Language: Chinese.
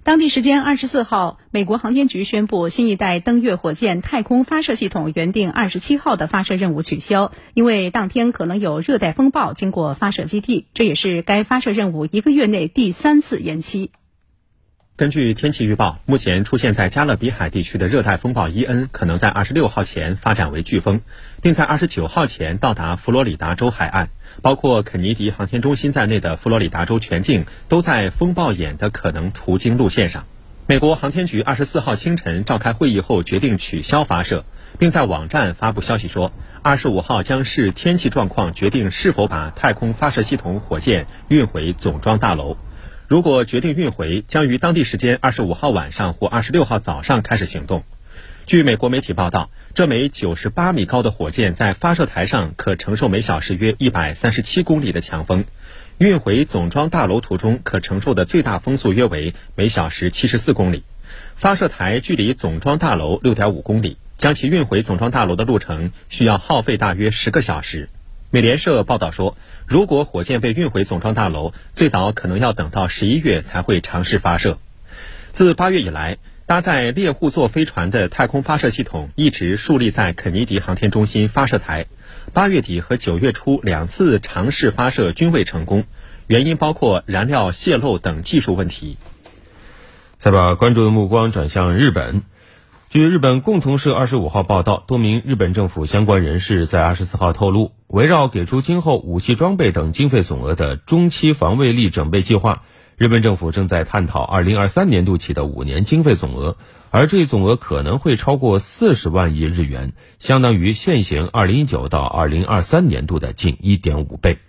当地时间24号，美国航天局宣布，新一代登月火箭太空发射系统原定27号的发射任务取消，因为当天可能有热带风暴经过发射基地，这也是该发射任务1个月内第3次延期。 根据天气预报，目前出现在加勒比海地区的热带风暴伊恩可能在26号前发展为飓风，并在29号前到达佛罗里达州海岸。包括肯尼迪航天中心在内的佛罗里达州全境都在风暴眼的可能途经路线上。美国航天局24号清晨召开会议后决定取消发射，并在网站发布消息说，25号将视天气状况决定是否把太空发射系统火箭运回总装大楼。如果决定运回，将于当地时间25号晚上或26号早上开始行动。据美国媒体报道，这枚98米高的火箭在发射台上可承受每小时约137公里的强风，运回总装大楼途中可承受的最大风速约为每小时74公里。发射台距离总装大楼6.5公里，将其运回总装大楼的路程需要耗费大约10个小时。美联社报道说，如果火箭被运回总装大楼，最早可能要等到11月才会尝试发射。自8月以来，搭载猎户座飞船的太空发射系统一直竖立在肯尼迪航天中心发射台。8月底和9月初2次尝试发射均未成功，原因包括燃料泄漏等技术问题。 再把关注的目光转向日本。据日本共同社25号报道，多名日本政府相关人士在24号透露，围绕给出今后武器装备等经费总额的中期防卫力整备计划，日本政府正在探讨2023年度起的5年经费总额，而这一总额可能会超过40万亿日元，相当于现行2019到2023年度的近1.5倍。